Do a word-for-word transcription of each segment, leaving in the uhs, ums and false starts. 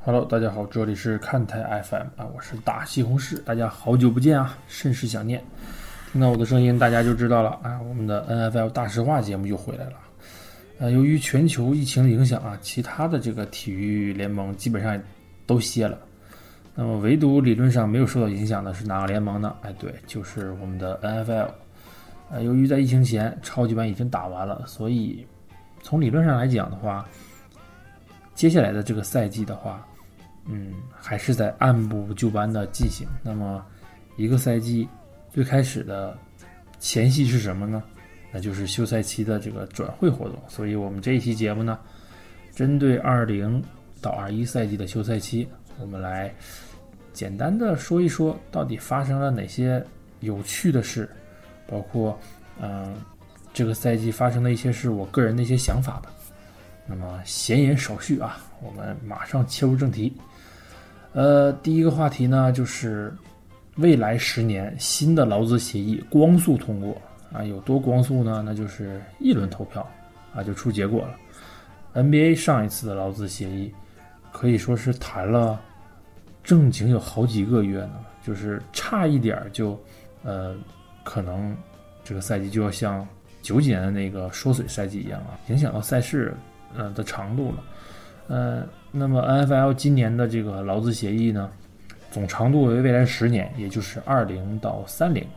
Hello， 大家好，这里是看台 F M 啊，我是大西红柿，大家好久不见啊，甚是想念。听到我的声音，大家就知道了啊，我们的 N F L 大实话节目又回来了。呃，由于全球疫情的影响啊，其他的这个体育联盟基本上都歇了。那么唯独理论上没有受到影响的是哪个联盟呢？哎，对，就是我们的 N F L。呃，由于在疫情前超级碗已经打完了，所以从理论上来讲的话，接下来的这个赛季的话，嗯，还是在按部就班的进行。那么，一个赛季最开始的前戏是什么呢？那就是休赛期的这个转会活动。所以我们这一期节目呢，针对二零到二一赛季的休赛期，我们来简单的说一说，到底发生了哪些有趣的事，包括嗯、呃、这个赛季发生的一些事，我个人的一些想法吧。那么闲言少叙啊，我们马上切入正题。呃，第一个话题呢，就是未来十年新的劳资协议光速通过啊，有多光速呢？那就是一轮投票啊就出结果了。N B A 上一次的劳资协议可以说是谈了正经有好几个月呢，就是差一点就呃可能这个赛季就要像九几年的那个缩水赛季一样啊，影响到赛事呃的长度了。呃，那么 N F L 今年的这个劳资协议呢，总长度为未来十年，也就是二零到三零。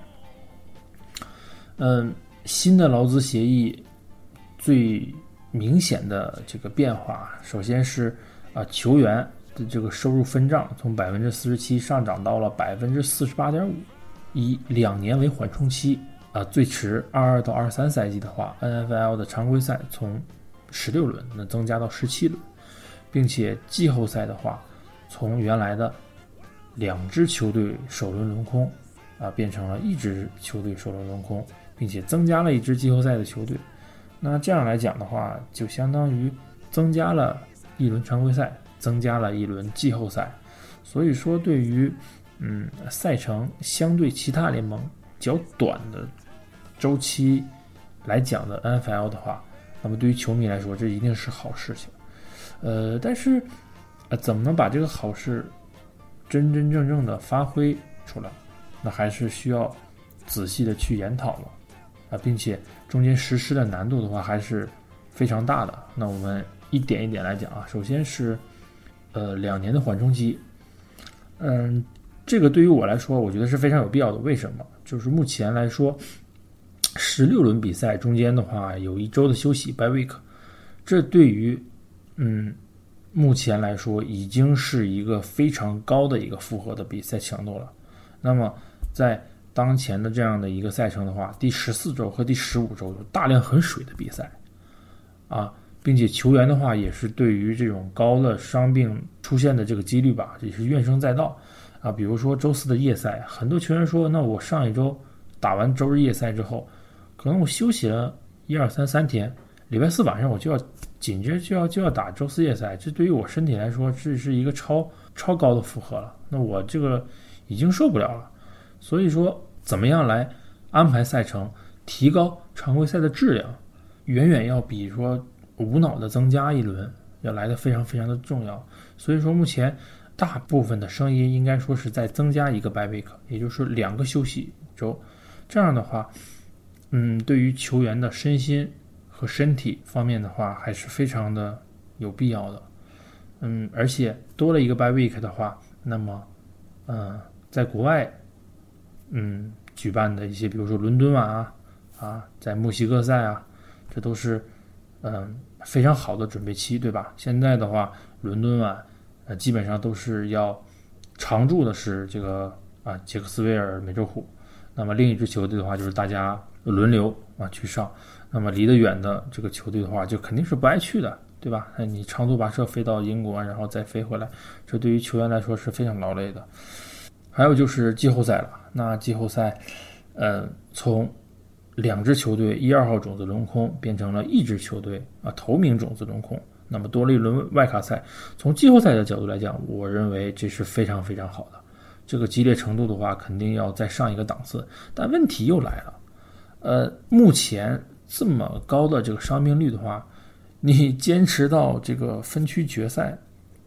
嗯，新的劳资协议最明显的这个变化，首先是啊、呃、球员的这个收入分账从百分之四十七上涨到了百分之四十八点五，以两年为缓冲期啊、呃，最迟二二到二三赛季的话 ，N F L 的常规赛从十六轮那增加到十七轮，并且季后赛的话，从原来的两支球队首轮轮空啊，变成了一支球队首轮轮空，并且增加了一支季后赛的球队。那这样来讲的话，就相当于增加了一轮常规赛，增加了一轮季后赛。所以说，对于嗯赛程相对其他联盟较短的周期来讲的 N F L 的话，那么对于球迷来说，这一定是好事情。呃，但是呃，怎么能把这个好事真真正正的发挥出来，那还是需要仔细的去研讨了啊，并且中间实施的难度的话还是非常大的。那我们一点一点来讲啊，首先是呃两年的缓冲期，嗯，这个对于我来说，我觉得是非常有必要的。为什么？就是目前来说，十六轮比赛中间的话有一周的休息 bye week， 这对于嗯。目前来说已经是一个非常高的一个负荷的比赛强度了。那么在当前的这样的一个赛程的话，第十四周和第十五周有大量很水的比赛啊，并且球员的话也是对于这种高的伤病出现的这个几率吧，也是怨声载道啊。比如说周四的夜赛，很多球员说，那我上一周打完周日夜赛之后，可能我休息了一二三三天，礼拜四晚上我就要紧接着就要就要打周四夜赛，这对于我身体来说，这是一个超超高的负荷了。那我这个已经受不了了。所以说，怎么样来安排赛程，提高常规赛的质量，远远要比说无脑的增加一轮要来的非常非常的重要。所以说，目前大部分的声音应该说是在增加一个 bye week， 也就是两个休息周。这样的话，嗯，对于球员的身心和身体方面的话，还是非常的有必要的。嗯，而且多了一个 bye week 的话，那么，嗯，在国外，嗯，举办的一些，比如说伦敦碗啊，啊，在墨西哥赛啊，这都是嗯非常好的准备期，对吧？现在的话，伦敦碗，呃，基本上都是要常驻的是这个啊杰克斯维尔美洲虎，那么另一支球队的话，就是大家轮流啊去上。那么离得远的这个球队的话，就肯定是不爱去的，对吧？那你长途跋涉飞到英国，然后再飞回来，这对于球员来说是非常劳累的。还有就是季后赛了，那季后赛，呃，从两支球队一二号种子轮空变成了一支球队啊头名种子轮空，那么多了一轮外卡赛。从季后赛的角度来讲，我认为这是非常非常好的。这个激烈程度的话，肯定要再上一个档次。但问题又来了，呃，目前这么高的这个伤病率的话，你坚持到这个分区决赛，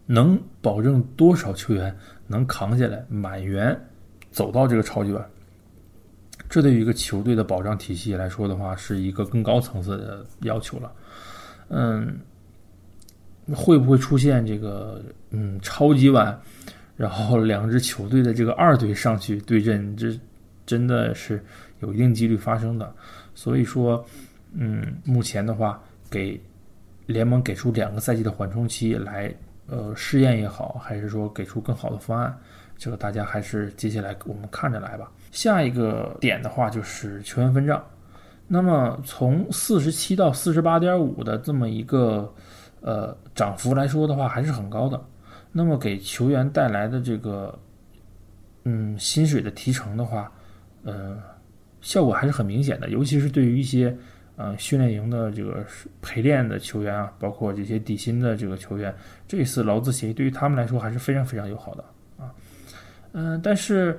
能保证多少球员能扛下来满员走到这个超级碗。这对于一个球队的保障体系来说的话，是一个更高层次的要求了。嗯，会不会出现这个嗯超级碗，然后两支球队的这个二队上去对阵，这真的是有一定几率发生的。所以说，嗯，目前的话，给联盟给出两个赛季的缓冲期来，呃，试验也好，还是说给出更好的方案，这个大家还是接下来我们看着来吧。下一个点的话就是球员分账。那么从四十七到四十八点五的这么一个呃涨幅来说的话，还是很高的。那么给球员带来的这个嗯薪水的提成的话，呃，效果还是很明显的。尤其是对于一些呃训练营的这个陪练的球员啊，包括这些底薪的这个球员，这一次劳资协议对于他们来说还是非常非常友好的啊。嗯、呃，但是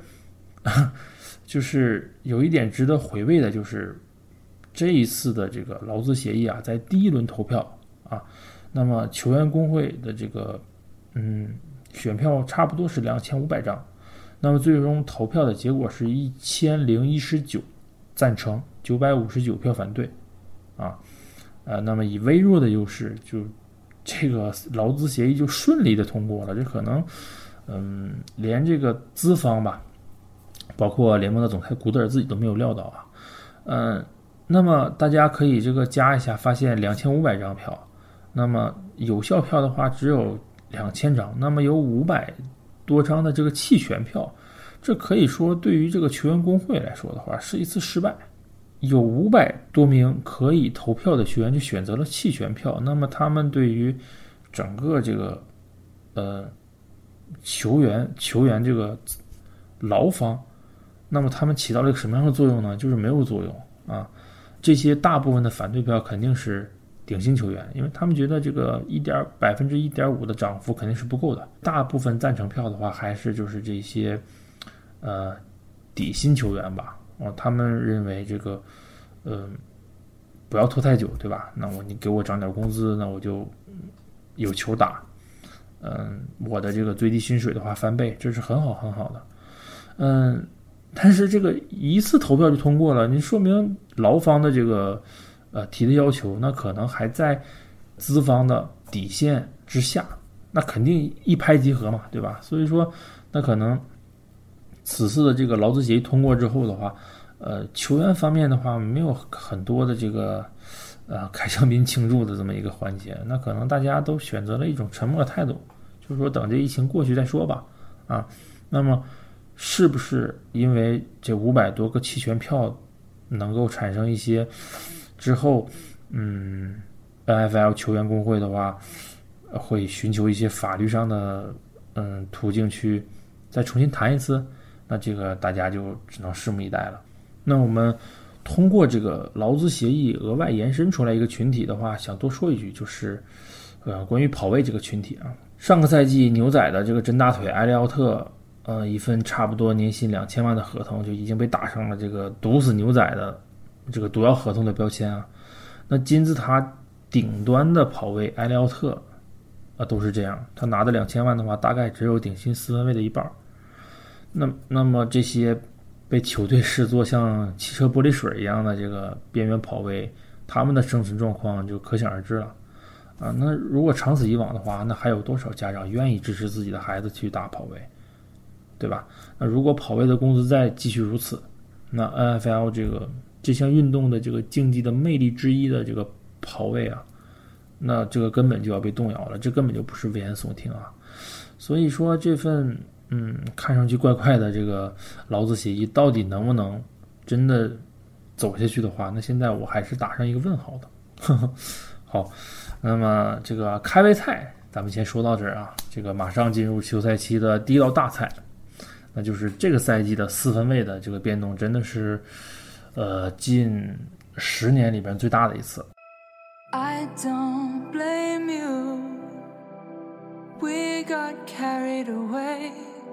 就是有一点值得回味的，就是这一次的这个劳资协议啊，在第一轮投票啊，那么球员工会的这个嗯选票差不多是两千五百张，那么最终投票的结果是一千零一十九赞成，九百五十九票反对啊，呃，那么以微弱的优势，就这个劳资协议就顺利的通过了，这可能嗯连这个资方吧，包括联盟的总裁古德尔自己都没有料到啊，嗯。那么大家可以这个加一下，发现两千五百张票，那么有效票的话只有两千张，那么有五百多张的这个弃权票，这可以说对于这个球员工会来说的话是一次失败。有五百多名可以投票的球员就选择了弃权票，那么他们对于整个这个呃球员球员这个劳方，那么他们起到了一个什么样的作用呢？就是没有作用啊。这些大部分的反对票肯定是顶薪球员，因为他们觉得这个一点百分之一点五的涨幅肯定是不够的。大部分赞成票的话，还是就是这些呃底薪球员吧。哦，他们认为这个呃不要拖太久，对吧？那我你给我涨点工资，那我就有球打。嗯，我的这个最低薪水的话翻倍，这是很好很好的。嗯。但是这个一次投票就通过了，你说明劳方的这个呃提的要求，那可能还在资方的底线之下，那肯定一拍即合嘛，对吧？所以说，那可能此次的这个劳资协议通过之后的话，呃，球员方面的话没有很多的这个呃开香槟庆祝的这么一个环节，那可能大家都选择了一种沉默的态度，就是说等这疫情过去再说吧，啊，那么。是不是因为这五百多个弃权票能够产生一些之后，嗯 ，N F L 球员工会的话会寻求一些法律上的嗯途径去再重新谈一次？那这个大家就只能拭目以待了。那我们通过这个劳资协议额外延伸出来一个群体的话，想多说一句，就是呃关于跑位这个群体啊，上个赛季牛仔的这个真大腿埃利奥特。呃，一份差不多年薪两千万的合同就已经被打上了这个毒死牛仔的这个毒药合同的标签啊。那金字塔顶端的跑位埃利奥特啊都是这样，他拿的两千万的话，大概只有顶薪四分位的一半。那那么这些被球队视作像汽车玻璃水一样的这个边缘跑位，他们的生存状况就可想而知了啊。那如果长此以往的话，那还有多少家长愿意支持自己的孩子去打跑位？对吧？那如果跑位的工资再继续如此，那 N F L 这个这项运动的这个竞技的魅力之一的这个跑位啊，那这个根本就要被动摇了，这根本就不是危言耸听啊。所以说这份嗯看上去怪怪的这个劳资协议到底能不能真的走下去的话，那现在我还是打上一个问号的。呵呵好，那么这个开胃菜咱们先说到这儿啊，这个马上进入休赛期的第一道大菜。那就是这个赛季的四分卫的这个变动，真的是，呃，近十年里边最大的一次。I don't blame you. We got carried away.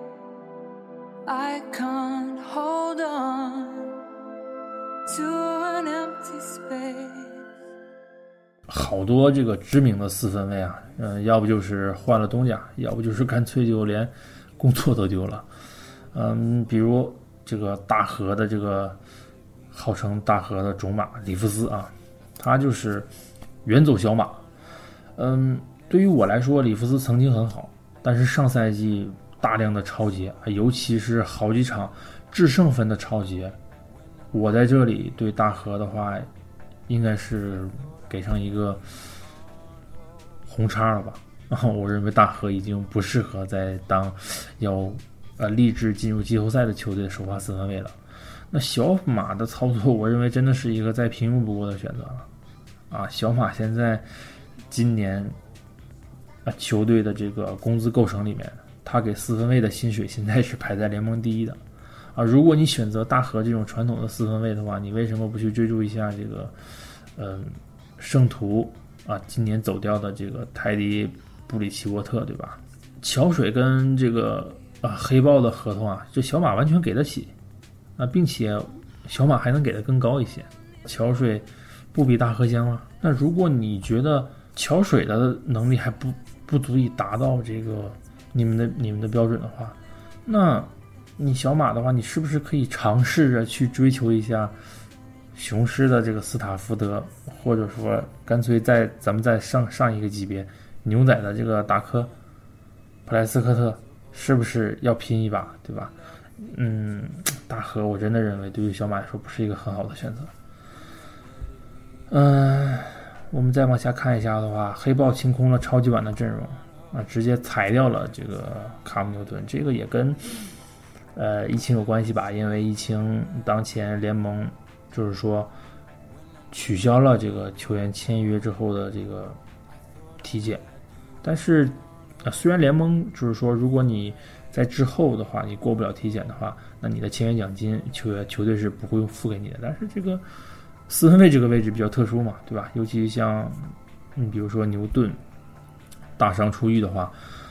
I can't hold on to an empty space. 好多这个知名的四分卫啊，嗯、呃，要不就是换了东家，要不就是干脆就连工作都丢了。嗯，比如这个大和的这个号称大和的种马里弗斯啊，他就是远走小马。嗯，对于我来说，里弗斯曾经很好，但是上赛季大量的超节，尤其是好几场制胜分的超节，我在这里对大和的话，应该是给上一个红叉了吧。我认为大和已经不适合再当要呃立志进入季后赛的球队首发四分卫了。那小马的操作，我认为真的是一个再平庸不过的选择了啊！小马现在今年啊球队的这个工资构成里面，他给四分卫的薪水现在是排在联盟第一的啊！如果你选择大和这种传统的四分卫的话，你为什么不去追逐一下这个嗯、呃、圣徒啊今年走掉的这个泰迪布里奇沃特，对吧？桥水跟这个啊黑豹的合同啊，这小马完全给得起啊，并且小马还能给的更高一些。桥水不比大和香吗？那如果你觉得桥水的能力还不不足以达到这个你们的你们的标准的话，那你小马的话，你是不是可以尝试着去追求一下雄狮的这个斯塔福德，或者说干脆在咱们再上上一个级别，牛仔的这个达科普莱斯科特，是不是要拼一把，对吧？嗯，大和我真的认为对于小马来说不是一个很好的选择。嗯，我们再往下看一下的话，黑豹清空了超级碗的阵容啊，直接裁掉了这个卡姆牛顿，这个也跟呃疫情有关系吧？因为疫情当前联盟就是说取消了这个球员签约之后的这个体检，但是啊，虽然联盟就是说，如果你在之后的话，你过不了体检的话，那你的签约奖金球员球队是不会付给你的。但是这个四分卫这个位置比较特殊嘛，对吧？尤其像你比如说牛顿大伤初愈的话，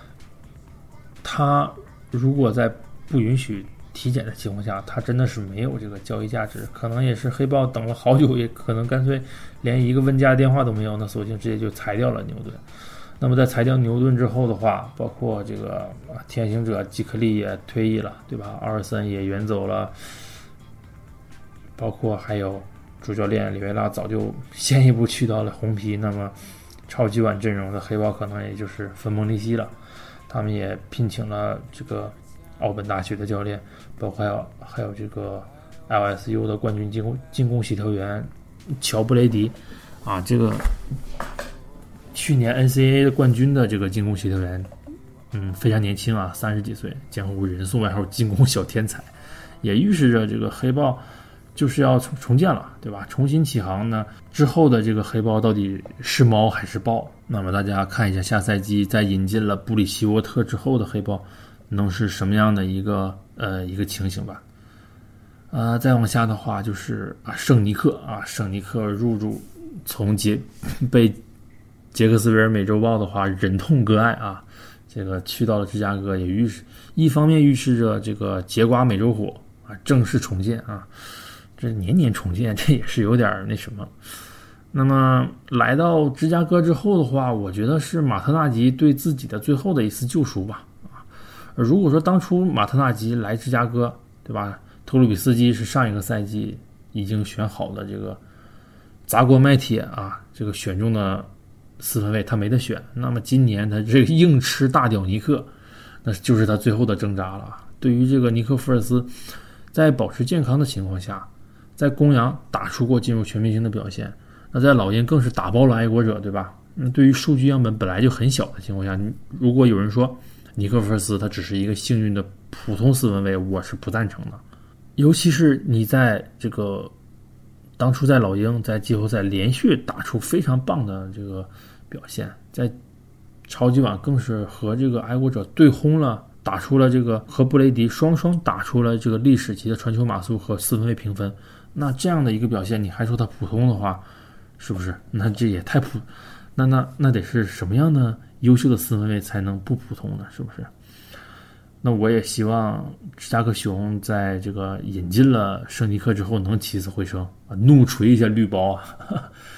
他如果在不允许体检的情况下，他真的是没有这个交易价值。可能也是黑豹等了好久，也可能干脆连一个问价电话都没有，那索性直接就裁掉了牛顿。那么在裁掉牛顿之后的话，包括这个天行者基克利也退役了，对吧？奥尔森也远走了，包括还有主教练里维拉早就先一步去到了红皮，那么超级碗阵容的黑豹可能也就是分崩离析了。他们也聘请了这个奥本大学的教练，包括还有还有这个 L S U 的冠军进攻进攻协调员乔布雷迪啊，这个去年 N C A A 的冠军的这个进攻协调员，嗯，非常年轻啊，三十几岁，江湖人送外号进攻小天才，也预示着这个黑豹就是要重重建了，对吧？重新起航呢，之后的这个黑豹到底是猫还是豹？那么大家看一下下赛季在引进了布里希沃特之后的黑豹能是什么样的一个呃一个情形吧？呃，再往下的话就是啊，圣尼克啊，圣尼克入主从杰被杰克斯维尔美洲豹的话忍痛割爱啊，这个去到了芝加哥，也预示一方面预示着这个节瓜美洲虎啊正式重建啊，这年年重建，这也是有点那什么。那么来到芝加哥之后的话，我觉得是马特纳吉对自己的最后的一次救赎吧啊。如果说当初马特纳吉来芝加哥，对吧？托鲁比斯基是上一个赛季已经选好的这个砸锅卖铁啊，这个选中的四分卫他没得选，那么今年他这个硬吃大屌尼克，那就是他最后的挣扎了。对于这个尼克福尔斯，在保持健康的情况下，在公羊打出过进入全明星的表现，那在老鹰更是打爆了爱国者，对吧？那对于数据样本本来就很小的情况下，如果有人说尼克福尔斯他只是一个幸运的普通四分卫，我是不赞成的。尤其是你在这个当初在老鹰在季后赛连续打出非常棒的这个表现，在超级碗更是和这个爱国者对轰了，打出了这个和布雷迪双双打出了这个历史级的传球码数和四分卫评分。那这样的一个表现，你还说他普通的话，是不是？那这也太普，那那那得是什么样的优秀的四分卫才能不普通呢？是不是？那我也希望芝加哥熊在这个引进了圣尼克之后能起死回生啊，怒捶一下绿包啊！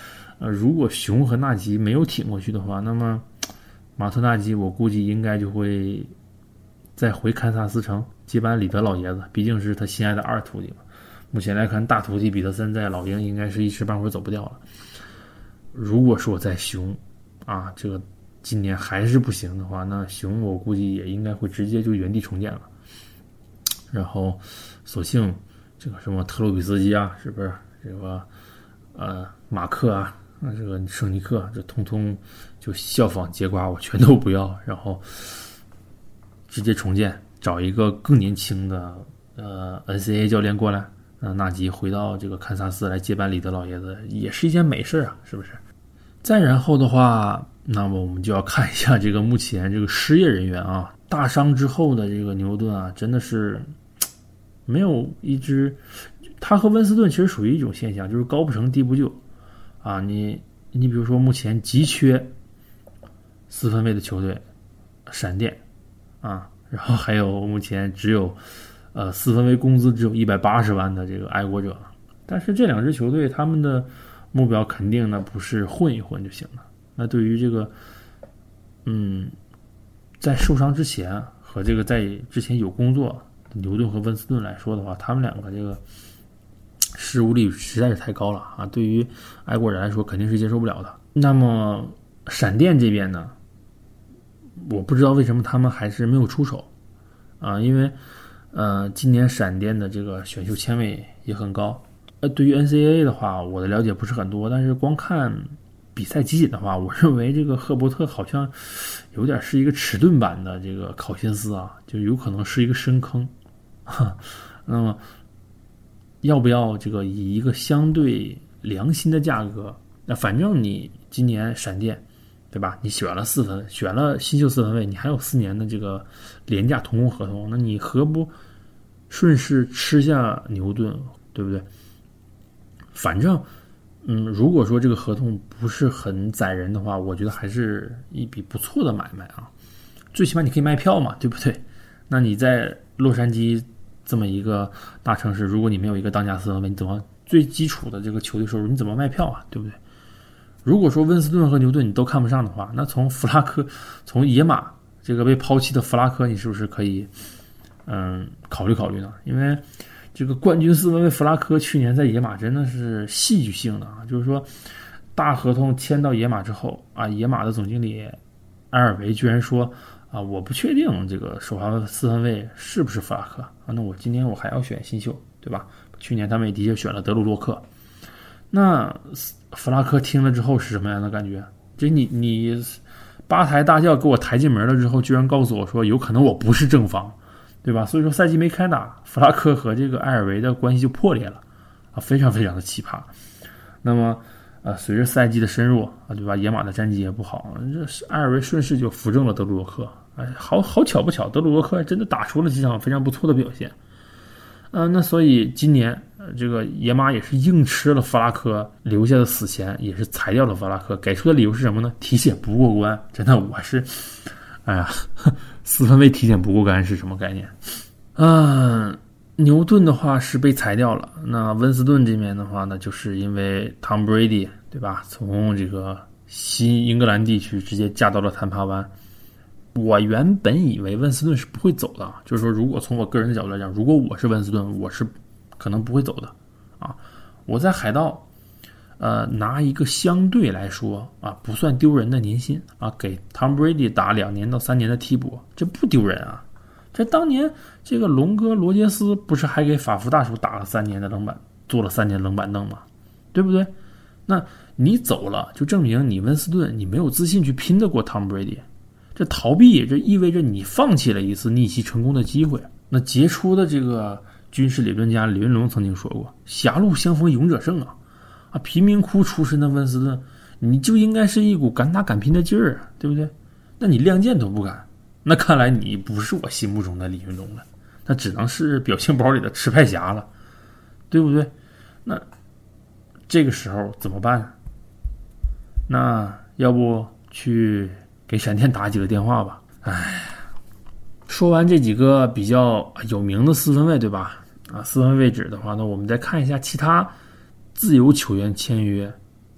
呃，如果熊和纳吉没有挺过去的话，那么马特纳吉我估计应该就会再回堪萨斯城接班里德老爷子，毕竟是他心爱的二徒弟嘛。目前来看，大徒弟彼得森在老鹰应该是一时半会儿走不掉了。如果说在熊啊，这个今年还是不行的话，那熊我估计也应该会直接就原地重建了。然后，索性这个什么特鲁比斯基啊，是不是这个呃马克啊，这个圣尼克，这通通就效仿结瓜，我全都不要，然后直接重建，找一个更年轻的呃 N C A A 教练过来，呃纳吉回到这个堪萨斯来接班里德老爷子，也是一件美事啊，是不是？再然后的话，那么我们就要看一下这个目前这个失业人员啊，大伤之后的这个牛顿啊，真的是没有一支，他和温斯顿其实属于一种现象，就是高不成低不就啊。你你比如说目前急缺四分卫的球队，闪电啊，然后还有目前只有呃四分卫工资只有一百八十万的这个爱国者，但是这两支球队他们的目标肯定呢不是混一混就行了。那对于这个，嗯，在受伤之前和这个在之前有工作牛顿和温斯顿来说的话，他们两个这个失误率实在是太高了啊！对于爱国人来说肯定是接受不了的。那么闪电这边呢，我不知道为什么他们还是没有出手啊，因为呃，今年闪电的这个选秀签位也很高。呃，对于 N C A A 的话，我的了解不是很多，但是光看比赛集锦的话，我认为这个赫伯特好像有点是一个迟钝版的这个考辛斯啊，就有可能是一个深坑。那么，要不要这个以一个相对良心的价格？那反正你今年闪电，对吧？你选了四分，选了新秀四分卫，你还有四年的这个廉价同工合同，那你何不顺势吃下牛顿，对不对？反正，嗯，如果说这个合同不是很宰人的话，我觉得还是一笔不错的买卖啊。最起码你可以卖票嘛，对不对？那你在洛杉矶这么一个大城市，如果你没有一个当家四分卫，你怎么最基础的这个球队收入你怎么卖票啊，对不对？如果说温斯顿和牛顿你都看不上的话，那从弗拉科，从野马这个被抛弃的弗拉科，你是不是可以嗯考虑考虑呢？因为这个冠军四分卫弗拉科去年在野马真的是戏剧性的啊，就是说大合同签到野马之后啊，野马的总经理埃尔维居然说啊，我不确定这个首发四分卫是不是弗拉克啊，那我今年我还要选新秀，对吧？去年他们也的确选了德鲁洛克，那弗拉克听了之后是什么样的感觉？这你你八抬大轿给我抬进门了之后，居然告诉我说有可能我不是正方，对吧？所以说赛季没开打，弗拉克和这个埃尔维的关系就破裂了啊，非常非常的奇葩。那么呃，随着赛季的深入啊，对吧？野马的战绩也不好，这是埃尔维顺势就扶正了德鲁洛克。哎，好好巧不巧，德鲁洛克真的打出了几场非常不错的表现。呃，那所以今年呃这个野马也是硬吃了弗拉科留下的死钱，也是裁掉了弗拉科，给出的理由是什么呢？体检不过关。真的，我是，哎呀，四分卫体检不过关是什么概念？嗯，牛顿的话是被裁掉了，那温斯顿这边的话呢，就是因为 Tom Brady 对吧，从这个新英格兰地区直接嫁到了坦帕湾。我原本以为温斯顿是不会走的，就是说，如果从我个人的角度来讲，如果我是温斯顿，我是可能不会走的啊。我在海盗，呃，拿一个相对来说啊不算丢人的年薪啊，给 Tom Brady 打两年到三年的替补，这不丢人啊。这当年这个龙哥罗杰斯不是还给法夫大叔打了三年的冷板，坐了三年冷板凳吗？对不对？那你走了，就证明你温斯顿你没有自信去拼得过 Tom Brady。这逃避，这意味着你放弃了一次逆袭成功的机会。那杰出的这个军事理论家李云龙曾经说过：“狭路相逢勇者胜啊！”啊，贫民窟出身的温斯顿，你就应该是一股敢打敢拼的劲儿啊，对不对？那你亮剑都不敢，那看来你不是我心目中的李云龙了，那只能是表情包里的吃派侠了，对不对？那这个时候怎么办？那要不去给闪电打几个电话吧。唉，说完这几个比较有名的四分卫，对吧？啊，四分位置的话呢，我们再看一下其他自由球员签约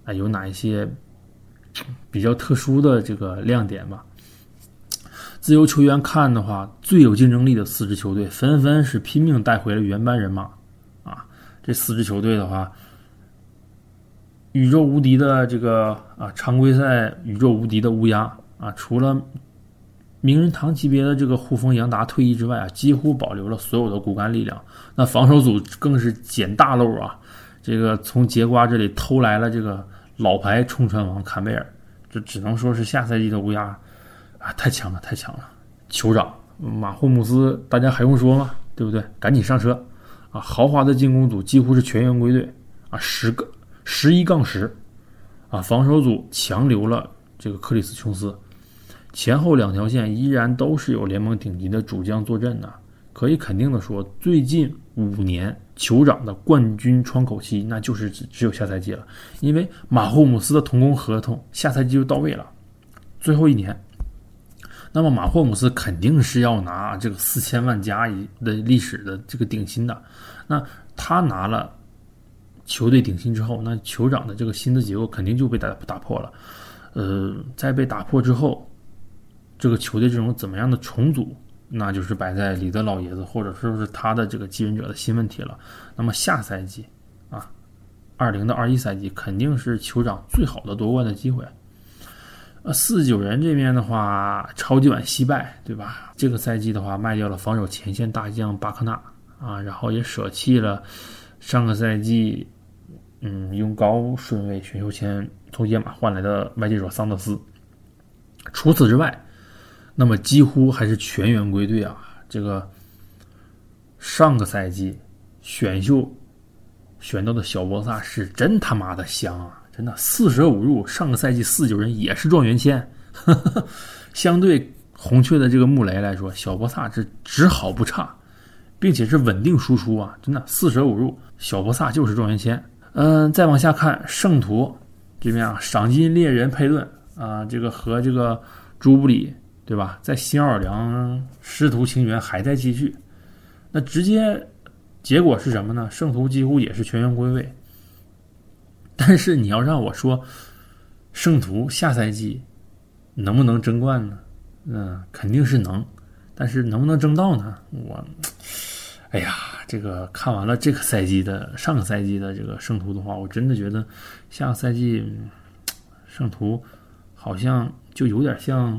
啊，有哪一些比较特殊的这个亮点吧。自由球员看的话，最有竞争力的四支球队纷纷是拼命带回了原班人马啊。这四支球队的话，宇宙无敌的这个啊常规赛宇宙无敌的乌鸦啊，除了名人堂级别的这个护锋杨达退役之外啊，几乎保留了所有的骨干力量。那防守组更是捡大漏啊，这个从节瓜这里偷来了这个老牌冲传王坎贝尔，这只能说是下赛季的乌鸦啊，太强了，太强了！酋长马霍姆斯，大家还用说吗？对不对？赶紧上车啊！豪华的进攻组几乎是全员归队啊，十个十一杠十啊！防守组强留了这个克里斯琼斯，前后两条线依然都是有联盟顶级的主将坐镇的。可以肯定的说，最近五年酋长的冠军窗口期，那就是只只有下赛季了，因为马霍姆斯的同工合同下赛季就到位了，最后一年。那么马霍姆斯肯定是要拿这个四千万加的历史的这个顶薪的。那他拿了球队顶薪之后，那酋长的这个薪资结构肯定就被打打破了。呃，在被打破之后，这个球队这种怎么样的重组，那就是摆在里德老爷子或者说是他的这个继任者的新问题了。那么下赛季啊，二零到二一赛季肯定是酋长最好的夺冠的机会。呃，四九人这边的话，超级碗惜败，对吧？这个赛季的话，卖掉了防守前线大将巴克纳啊，然后也舍弃了上个赛季，嗯，用高顺位选秀签从野马换来的外接手桑德斯。除此之外，那么几乎还是全员归队啊。这个上个赛季选秀选到的小博萨是真他妈的香啊！真的四舍五入，上个赛季四九人也是状元签，呵呵，相对红雀的这个穆雷来说，小博萨是只好不差，并且是稳定输出啊！真的四舍五入，小博萨就是状元签。嗯，再往下看圣徒这边啊，赏金猎人佩顿啊，这个和这个朱布里，对吧？在新奥尔良师徒情缘还在继续，那直接结果是什么呢？圣徒几乎也是全员归位。但是你要让我说，圣徒下赛季能不能争冠呢？嗯，肯定是能，但是能不能争到呢？我，哎呀，这个看完了这个赛季的上个赛季的这个圣徒的话，我真的觉得下个赛季圣徒好像就有点像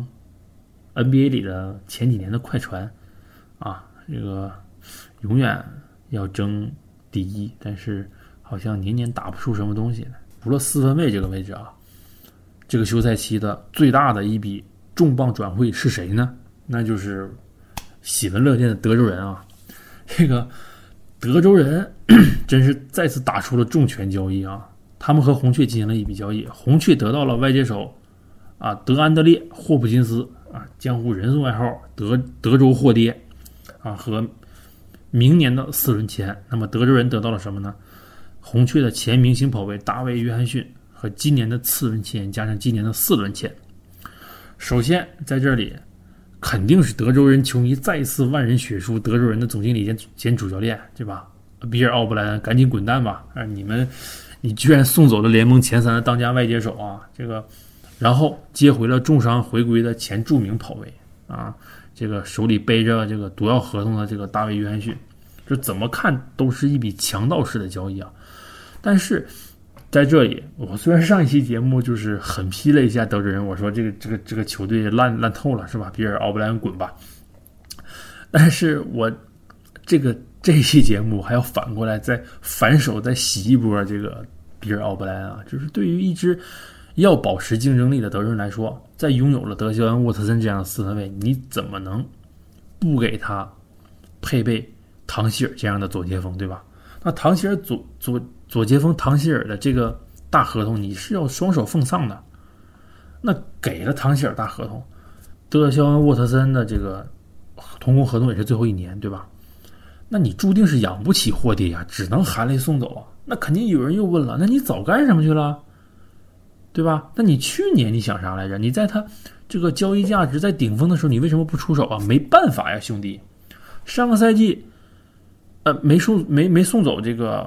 N B A 里的前几年的快船啊，这个永远要争第一，但是好像年年打不出什么东西来。除了四分卫这个位置啊，这个休赛期的最大的一笔重磅转会是谁呢？那就是喜闻乐见的德州人啊。这个德州人真是再次打出了重拳交易啊！他们和红雀进行了一笔交易，红雀得到了外接手啊德安德烈霍普金斯啊，江湖人送外号德德州霍爹啊，和明年的四轮签。那么德州人得到了什么呢？红雀的前明星跑卫大卫约翰逊和今年的次轮签加上今年的四轮签。首先在这里肯定是德州人球迷再一次万人血书德州人的总经理兼兼主教练，对吧？比尔奥布莱恩赶紧滚蛋吧！啊，你们你居然送走了联盟前三的当家外接手啊！这个，然后接回了重伤回归的前著名跑卫啊，这个手里背着这个毒药合同的这个大卫约翰逊，这怎么看都是一笔强盗式的交易啊！但是在这里，我虽然上一期节目就是狠批了一下德州人，我说这个这个这个球队烂烂透了，是吧？比尔奥布莱恩滚吧！但是我这个这一期节目还要反过来再反手再洗一波这个比尔奥布莱恩啊！就是对于一支要保持竞争力的德州人来说，在拥有了德肖恩沃特森这样的四分卫，你怎么能不给他配备唐希尔这样的左接锋，对吧？那唐希尔左左左接锋唐希尔的这个大合同，你是要双手奉上的。那给了唐希尔大合同，德肖恩沃特森的这个同工合同也是最后一年，对吧？那你注定是养不起霍爹呀，只能含泪送走啊。那肯定有人又问了，那你早干什么去了？对吧？那你去年你想啥来着？你在他这个交易价值在顶峰的时候，你为什么不出手啊？没办法呀，兄弟，上个赛季，呃，没送没没送走这个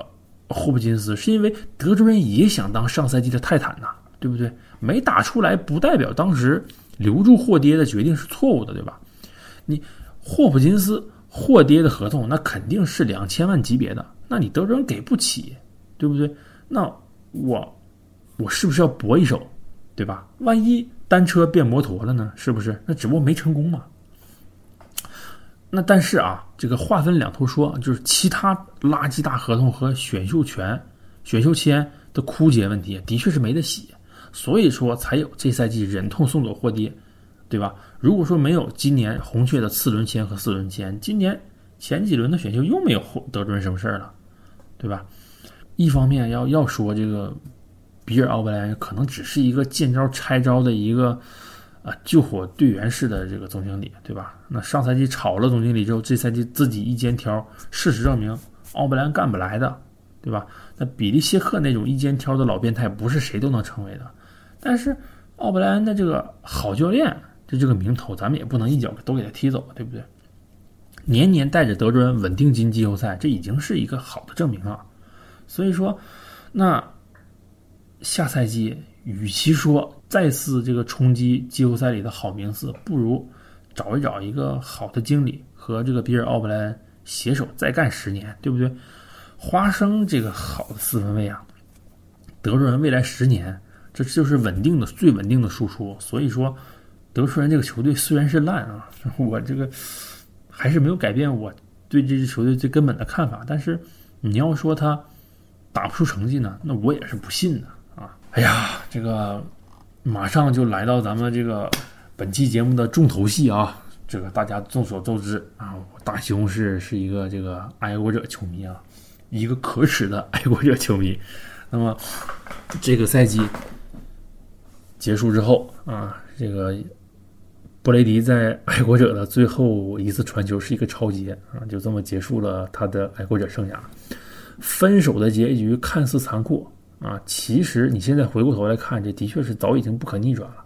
霍普金斯，是因为德州人也想当上赛季的泰坦呐，对不对？没打出来不代表当时留住霍爹的决定是错误的，对吧？你霍普金斯霍爹的合同那肯定是两千万级别的，那你德州人给不起，对不对？那我我是不是要搏一手，对吧？万一单车变摩托了呢？是不是？那只不过没成功嘛。那但是啊，这个话分两头说，就是其他垃圾大合同和选秀权、选秀签的枯竭问题，的确是没得洗，所以说才有这赛季忍痛送走霍爹，对吧？如果说没有今年红雀的次轮签和四轮签，今年前几轮的选秀又没有德州人什么事儿了，对吧？一方面要要说这个比尔奥布莱恩可能只是一个见招拆招的一个啊救火队员式的这个总经理，对吧？那上赛季炒了总经理之后，这赛季自己一肩挑，事实证明奥布莱恩干不来的，对吧？那比利谢克那种一肩挑的老变态，不是谁都能成为的。但是奥布莱恩的这个好教练，就这个名头，咱们也不能一脚都给他踢走，对不对？年年带着德州人稳定进季后赛，这已经是一个好的证明了。所以说，那下赛季与其说再次这个冲击季后赛里的好名次，不如找一找一个好的经理和这个比尔奥布莱恩携手再干十年，对不对？花生这个好的四分卫啊，德州人未来十年这就是稳定的最稳定的输出。所以说德州人这个球队虽然是烂啊，我这个还是没有改变我对这支球队最根本的看法，但是你要说他打不出成绩呢，那我也是不信的啊！哎呀，这个马上就来到咱们这个本期节目的重头戏啊！这个大家众所周知啊，大西红柿是一个这个爱国者球迷啊，一个可耻的爱国者球迷。那么这个赛季结束之后啊，这个布雷迪在爱国者的最后一次传球是一个抄截啊，就这么结束了他的爱国者生涯。分手的结局看似残酷啊，其实你现在回过头来看，这的确是早已经不可逆转了。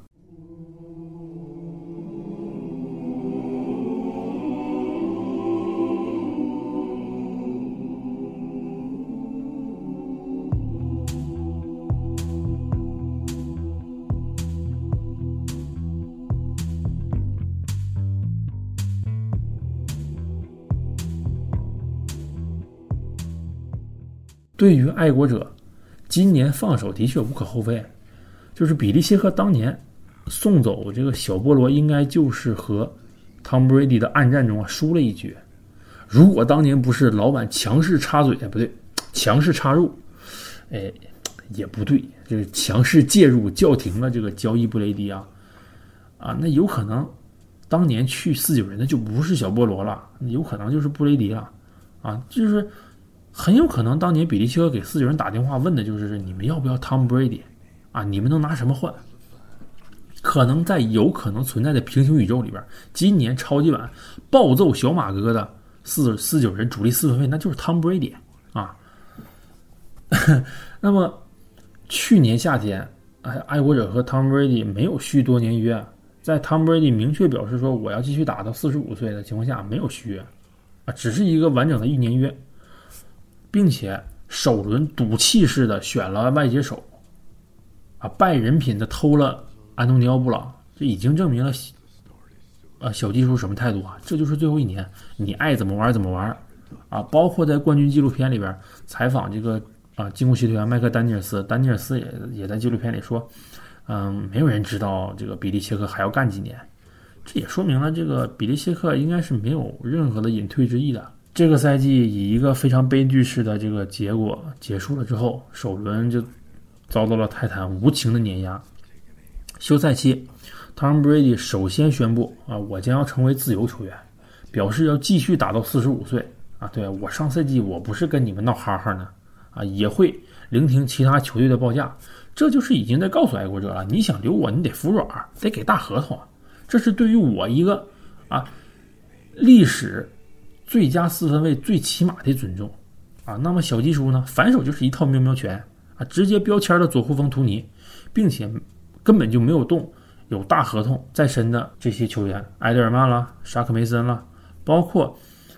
对于爱国者，今年放手的确无可厚非。就是比利谢克当年送走这个小波罗，应该就是和汤布瑞迪的暗战中啊输了一局。如果当年不是老板强势插嘴，不对，强势插入，哎，也不对，这个强势介入叫停了这个交易布雷迪啊啊，那有可能当年去四九人的就不是小波罗了，有可能就是布雷迪了啊，就是。很有可能当年比利切克给四九人打电话问的就是你们要不要 Tom Brady 啊？你们能拿什么换？可能在有可能存在的平行宇宙里边，今年超级碗暴揍小马哥的四四九人主力四分卫那就是 Tom Brady 啊。那么去年夏天，哎，爱国者和 Tom Brady 没有续多年约，在 Tom Brady 明确表示说我要继续打到四十五岁的情况下，没有续约啊，只是一个完整的一年约。并且首轮赌气式的选了外接手，啊，败人品的偷了安东尼奥布朗，这已经证明了，呃，小技术什么态度啊？这就是最后一年，你爱怎么玩怎么玩，啊，包括在冠军纪录片里边采访这个啊进攻协调员麦克丹尼尔斯，丹尼尔斯也也在纪录片里说，嗯，没有人知道这个比利谢克还要干几年，这也说明了这个比利谢克应该是没有任何的隐退之意的。这个赛季以一个非常悲剧式的这个结果结束了之后，首轮就遭到了泰坦无情的碾压。休赛期 Tom Brady 首先宣布啊，我将要成为自由球员，表示要继续打到四十五岁啊。对，我上赛季我不是跟你们闹哈哈呢啊，也会聆听其他球队的报价。这就是已经在告诉爱国者了，你想留我，你得服软，得给大合同。这是对于我一个啊历史最佳四分卫最起码的尊重啊。那么小技术呢，反手就是一套喵喵拳啊，直接标签了左后锋图尼，并且根本就没有动有大合同在身的这些球员，埃德尔曼啦、沙克梅森啦，包括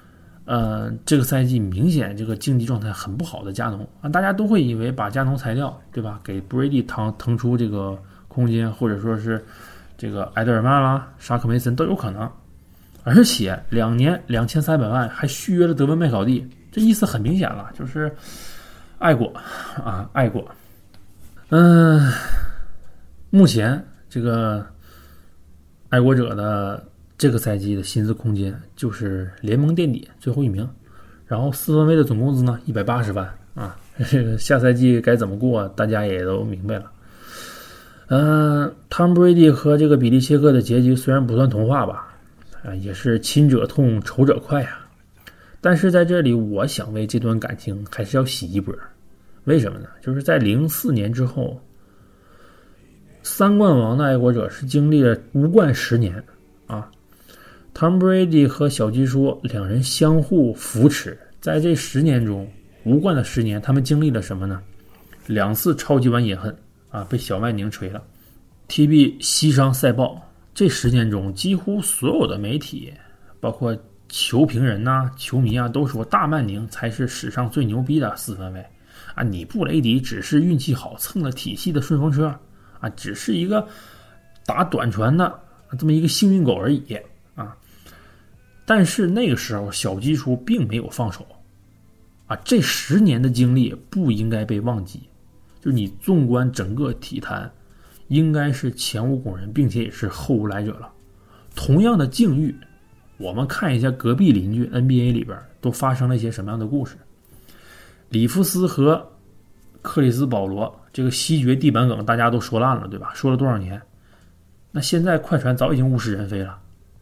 呃，这个赛季明显这个竞技状态很不好的加农啊，大家都会以为把加农裁掉，对吧？给 Brady 腾腾出这个空间，或者说是这个埃德尔曼啦、沙克梅森都有可能。而且两年两千三百万还续约了德文麦考蒂，这意思很明显了，就是爱国啊，爱国。嗯，目前这个爱国者的这个赛季的薪资空间就是联盟垫底最后一名，然后四分卫的总工资呢一百八十万啊，这个下赛季该怎么过大家也都明白了。嗯 Tom Brady 和这个比利切克的结局虽然不算童话吧，啊也是亲者痛仇者快啊，但是在这里我想为这段感情还是要洗一波。为什么呢？就是在零四年之后，三冠王的爱国者是经历了无冠十年啊。Tom Brady 和小鸡叔两人相互扶持，在这十年中，无冠的十年，他们经历了什么呢？两次超级碗饮恨啊，被小麦宁吹了 ，T B 膝伤赛爆。这十年中，几乎所有的媒体，包括球评人呐、啊、球迷啊，都说大曼宁才是史上最牛逼的四分卫啊，你布雷迪只是运气好，蹭了体系的顺风车啊，只是一个打短传的这么一个幸运狗而已啊。但是那个时候，小基叔并没有放手，啊，这十年的经历不应该被忘记。就你纵观整个体坛，应该是前无古人，并且也是后无来者了。同样的境遇，我们看一下隔壁邻居 N B A 里边都发生了一些什么样的故事。里夫斯和克里斯保罗这个西决地板梗大家都说烂了，对吧？说了多少年？那现在快船早已经物是人非了。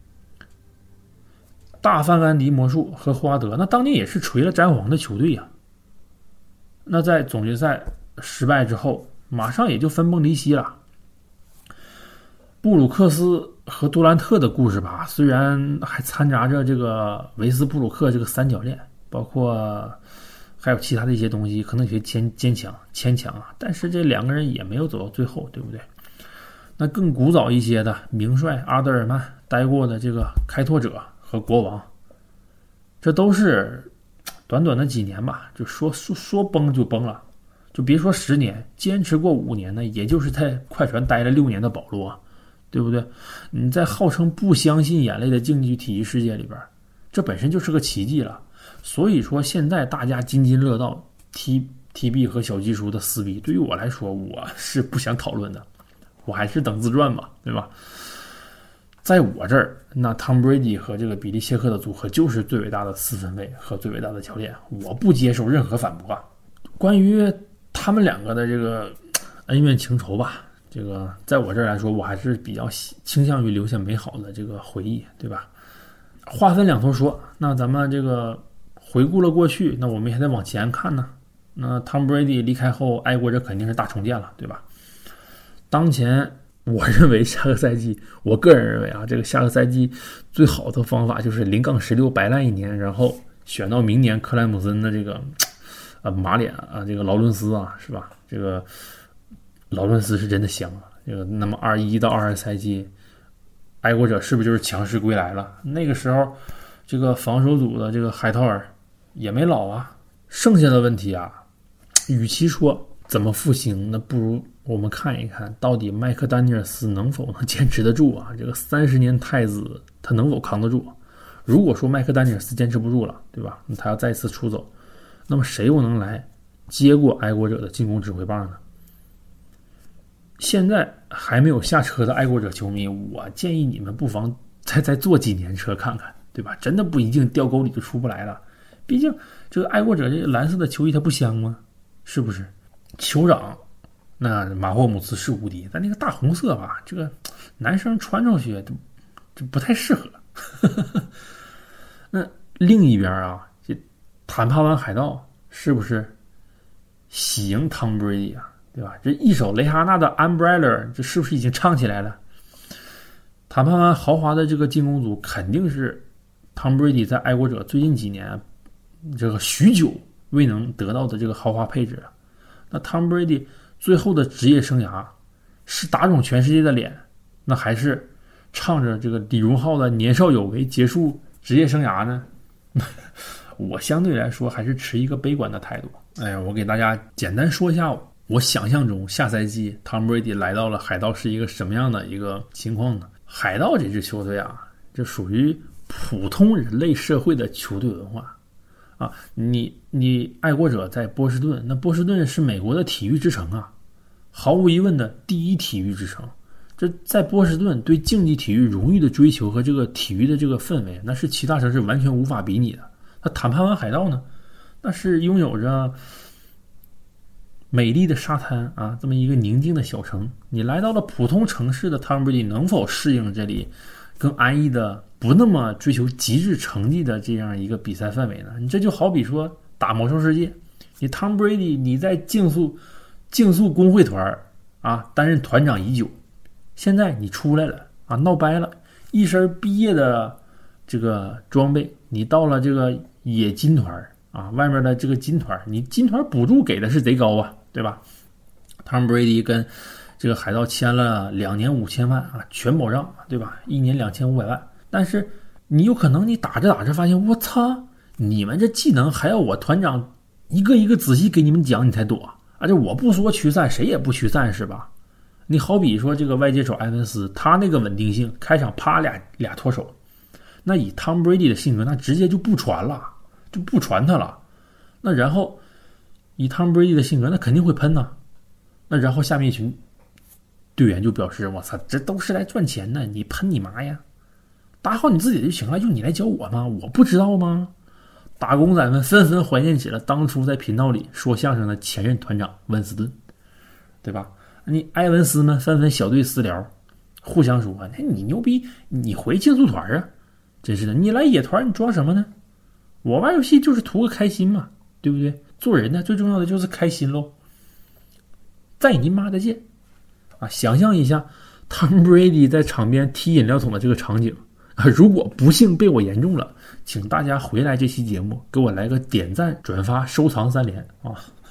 大范甘迪魔术和霍华德，那当年也是锤了詹皇的球队呀、啊。那在总决赛失败之后，马上也就分崩离析了。布鲁克斯和杜兰特的故事吧，虽然还掺杂着这个维斯布鲁克这个三角恋，包括还有其他的一些东西，可能有些牵坚强牵强啊，但是这两个人也没有走到最后，对不对？那更古早一些的名帅阿德尔曼待过的这个开拓者和国王，这都是短短的几年吧，就说说说崩就崩了，就别说十年，坚持过五年呢，也就是在快船待了六年的保罗，对不对？你在号称不相信眼泪的竞技体育世界里边，这本身就是个奇迹了。所以说现在大家津津乐道 T T B 和小技术的撕逼，对于我来说我是不想讨论的，我还是等自传吧，对吧？在我这儿，那 Tom Brady 和这个比利切克的组合就是最伟大的四分卫和最伟大的教练，我不接受任何反驳。关于他们两个的这个恩怨情仇吧，这个在我这儿来说，我还是比较倾向于留下美好的这个回忆，对吧？话分两头说，那咱们这个回顾了过去，那我们还得往前看呢。那 Tom Brady 离开后，爱国者肯定是大重建了，对吧？当前我认为下个赛季，我个人认为啊，这个下个赛季最好的方法就是零杠十六摆烂一年，然后选到明年克莱姆森的这个呃马脸啊，这个劳伦斯啊，是吧？这个劳伦斯是真的香啊。这个那么二一到二二赛季，爱国者是不是就是强势归来了？那个时候，这个防守组的这个海涛尔也没老啊。剩下的问题啊，与其说怎么复兴，那不如我们看一看到底麦克丹尼尔斯能否能坚持得住啊？这个三十年太子他能否扛得住？如果说麦克丹尼尔斯坚持不住了，对吧？那他要再次出走，那么谁又能来接过爱国者的进攻指挥棒呢？现在还没有下车的爱国者球迷，我建议你们不妨再再坐几年车看看，对吧？真的不一定掉沟里就出不来了。毕竟这个爱国者这个蓝色的球衣它不香吗？是不是？酋长那马霍姆斯是无敌，但那个大红色吧，这个男生穿出去这不太适合。那另一边啊，这坦帕湾海盗是不是喜迎汤布瑞迪啊？对吧？这一首蕾哈娜的 Umbrella 这是不是已经唱起来了？坦帕湾豪华的这个进攻组肯定是汤布瑞迪在爱国者最近几年这个许久未能得到的这个豪华配置。那汤布瑞迪最后的职业生涯是打肿全世界的脸，那还是唱着这个李荣浩的年少有为结束职业生涯呢？ 我相对来说还是持一个悲观的态度。哎呀，我给大家简单说一下我想象中下赛季汤姆布雷迪来到了海盗是一个什么样的一个情况呢？海盗这支球队啊，这属于普通人类社会的球队文化啊。你你爱国者在波士顿，那波士顿是美国的体育之城啊，毫无疑问的第一体育之城。这在波士顿对竞技体育荣誉的追求和这个体育的这个氛围，那是其他城市完全无法比拟的。那坦帕湾海盗呢，那是拥有着美丽的沙滩啊，这么一个宁静的小城。你来到了普通城市的汤姆布雷迪，能否适应这里更安逸的不那么追求极致成绩的这样一个比赛氛围呢？你这就好比说打魔兽世界，你汤姆布雷迪你在竞速竞速工会团啊担任团长已久，现在你出来了啊，闹掰了，一身毕业的这个装备，你到了这个野金团啊，外面的这个金团，你金团补助给的是贼高啊，对吧？汤姆布雷迪跟这个海盗签了两年五千万啊，全保障，对吧？一年两千五百万。但是你有可能你打着打着发现，我操，你们这技能还要我团长一个一个仔细给你们讲，你才躲啊！这我不说驱散，谁也不驱散是吧？你好比说这个外接手埃文斯，他那个稳定性，开场啪俩俩脱手，那以汤姆布雷迪的性格，那直接就不传了，就不传他了。那然后以汤姆布雷迪的性格，那肯定会喷呐。那然后下面一群队员就表示，我操，这都是来赚钱的，你喷你妈呀！打好你自己就行了，用你来教我吗？我不知道吗？打工仔们纷纷怀念起了当初在频道里说相声的前任团长温斯顿，对吧？你埃文斯们纷纷小队私聊，互相说：“哎，你牛逼，你回竞速团啊！真是的，你来野团，你装什么呢？我玩游戏就是图个开心嘛，对不对？做人呢，最重要的就是开心喽。再您妈的见啊！想象一下，汤姆布雷迪在场边踢饮料桶的这个场景啊！如果不幸被我言中了，请大家回来这期节目给我来个点赞、转发、收藏三连啊！”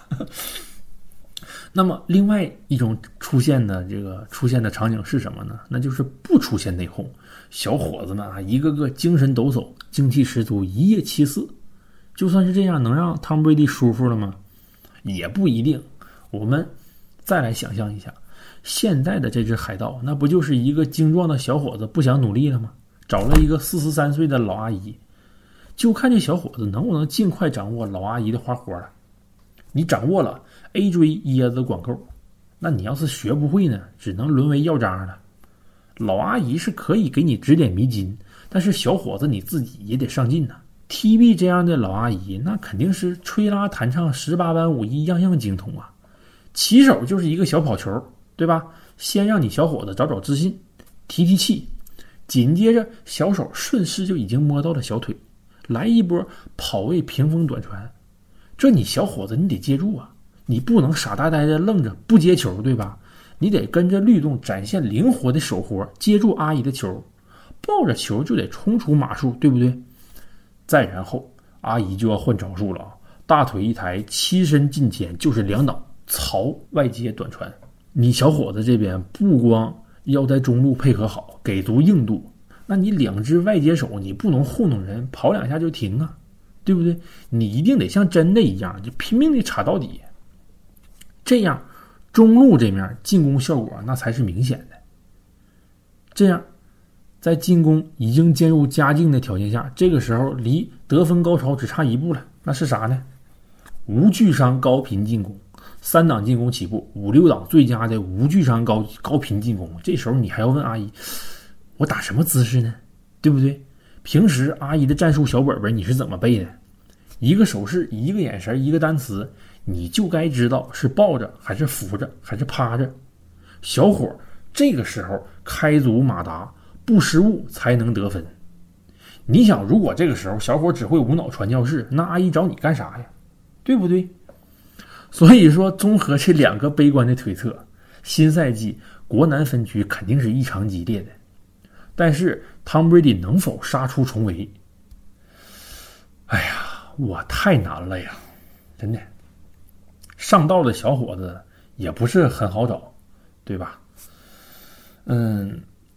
那么另外一种出现的这个出现的场景是什么呢？那就是不出现内讧，小伙子们啊，一个个精神抖擞，精气十足，一夜七次。就算是这样，能让汤姆布雷迪舒服了吗？也不一定。我们再来想象一下，现在的这只海盗，那不就是一个精壮的小伙子不想努力了吗？找了一个四十三岁的老阿姨，就看这小伙子能不能尽快掌握老阿姨的花活了。你掌握了 A 追椰子管够，那你要是学不会呢，只能沦为药渣了。老阿姨是可以给你指点迷津，但是小伙子你自己也得上进呐。T B 这样的老阿姨，那肯定是吹拉弹唱十八般武艺样样精通啊。起手就是一个小跑球，对吧？先让你小伙子找找自信，提提气，紧接着小手顺势就已经摸到了小腿，来一波跑位屏风短传。这你小伙子你得接住啊，你不能傻呆呆的愣着不接球，对吧？你得跟着律动，展现灵活的手活，接住阿姨的球，抱着球就得冲出码数，对不对？再然后阿姨就要换招数了啊，大腿一抬，欺身近前，就是两档槽外接短传。你小伙子这边不光要在中路配合好，给足硬度，那你两只外接手你不能糊弄人，跑两下就停啊，对不对？你一定得像真的一样，就拼命的插到底，这样中路这面进攻效果那才是明显的。这样在进攻已经渐入佳境的条件下，这个时候离得分高潮只差一步了，那是啥呢？无惧伤高频进攻，三档进攻起步，五六档最佳的无惧伤高高频进攻。这时候你还要问阿姨，我打什么姿势呢？对不对？平时阿姨的战术小本本你是怎么背的？一个手势，一个眼神，一个单词，你就该知道是抱着还是扶着还是趴着。小伙这个时候开足马达，不失误才能得分。你想，如果这个时候小伙只会无脑传教士，那阿姨找你干啥呀？对不对？所以说，综合这两个悲观的推测，新赛季国南分区肯定是异常激烈的。但是汤姆布雷迪能否杀出重围？哎呀，我太难了呀，真的。上道的小伙子也不是很好找，对吧？嗯，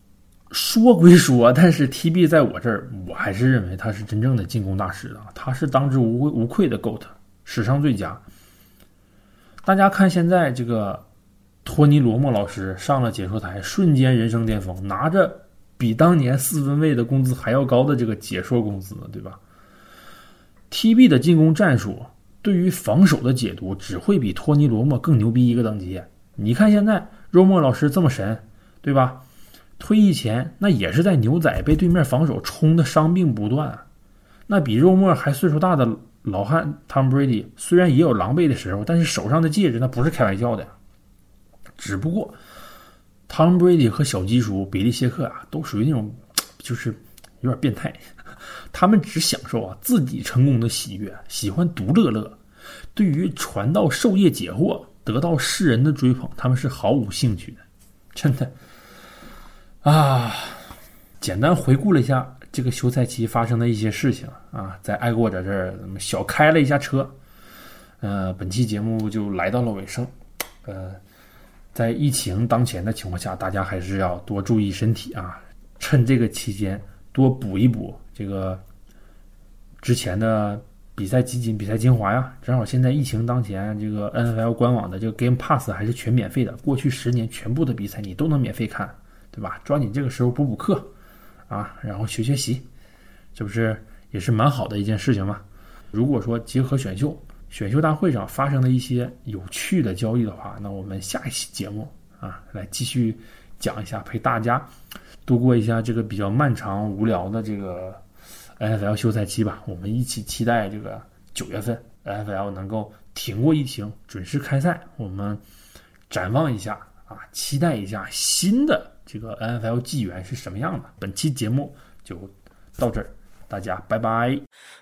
说归说，但是 T B 在我这儿，我还是认为他是真正的进攻大师的，他是当之无无愧的 G O A T， 史上最佳。大家看现在这个托尼罗莫老师上了解说台，瞬间人生巅峰，拿着比当年四分卫的工资还要高的这个解说工资，对吧？ T B 的进攻战术对于防守的解读只会比托尼罗莫更牛逼一个等级。你看现在肉莫老师这么神，对吧？退役前那也是在牛仔被对面防守冲的伤病不断，那比肉莫还岁数大的老汉 Tom Brady 虽然也有狼狈的时候，但是手上的戒指那不是开玩笑的。只不过 Tom Brady 和小鸡叔比利谢克啊，都属于那种就是有点变态，他们只享受啊自己成功的喜悦，喜欢独乐乐，对于传道授业解惑得到世人的追捧他们是毫无兴趣的。真的啊，简单回顾了一下这个休赛期发生的一些事情啊，在爱国者这儿小开了一下车。呃，本期节目就来到了尾声。呃，在疫情当前的情况下，大家还是要多注意身体啊，趁这个期间多补一补这个之前的比赛集锦、比赛精华呀。正好现在疫情当前，这个 N F L 官网的这个 Game Pass 还是全免费的，过去十年全部的比赛你都能免费看，对吧？抓紧这个时候补补课啊，然后学学习，这不是也是蛮好的一件事情吗？如果说结合选秀选秀大会上发生的一些有趣的交易的话，那我们下一期节目啊，来继续讲一下，陪大家度过一下这个比较漫长无聊的这个 N F L 休赛期吧。我们一起期待这个九月份 N F L 能够停过一停，准时开赛。我们展望一下啊，期待一下新的这个 N F L 纪元是什么样的。本期节目就到这儿，大家拜拜。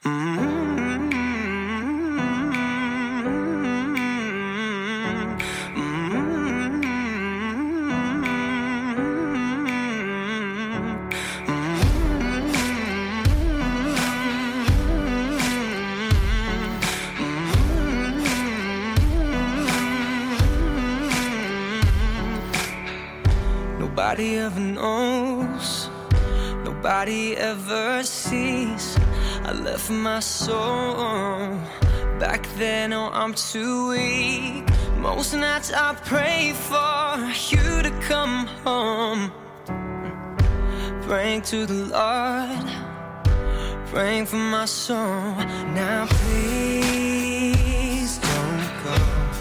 Nobody ever knows, nobody ever sees. I left my soul back then, oh I'm too weak. Most nights I pray for you to come home, praying to the Lord, praying for my soul. Now please don't go.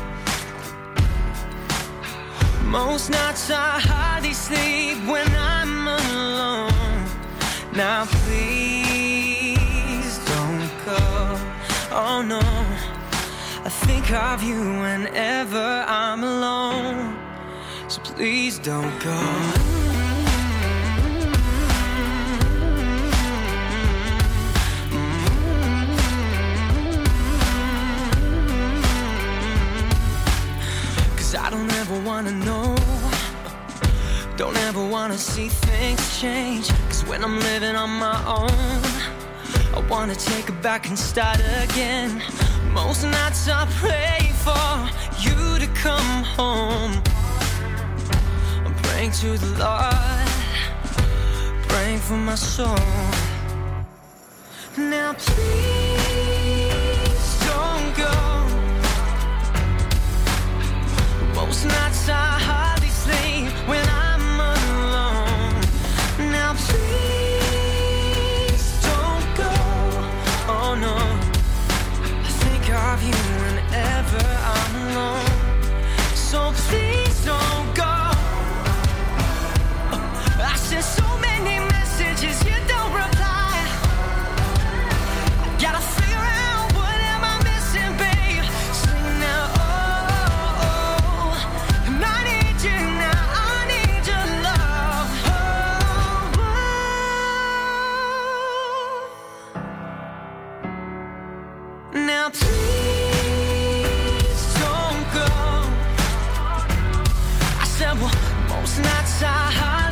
Most nights I hardly sleep when I'm alone. Now please don't go. Oh no, I think of you whenever I'm alone. So please don't go. I don't ever wanna know, don't ever wanna see things change. Cause when I'm living on my own, I wanna take it back and start again. Most nights I pray for you to come home. I'm praying to the Lord, praying for my soul. Now please don't go. Most nights I hardly sleep when I'm alone. Now please don't go. Oh no, I think of you whenever I'm alone. So please don't go. I sent so many messages, you don't reply. I gotta figure out what am I missing, babe. Sing now. Now please don't go. I said, well, most nights I hide.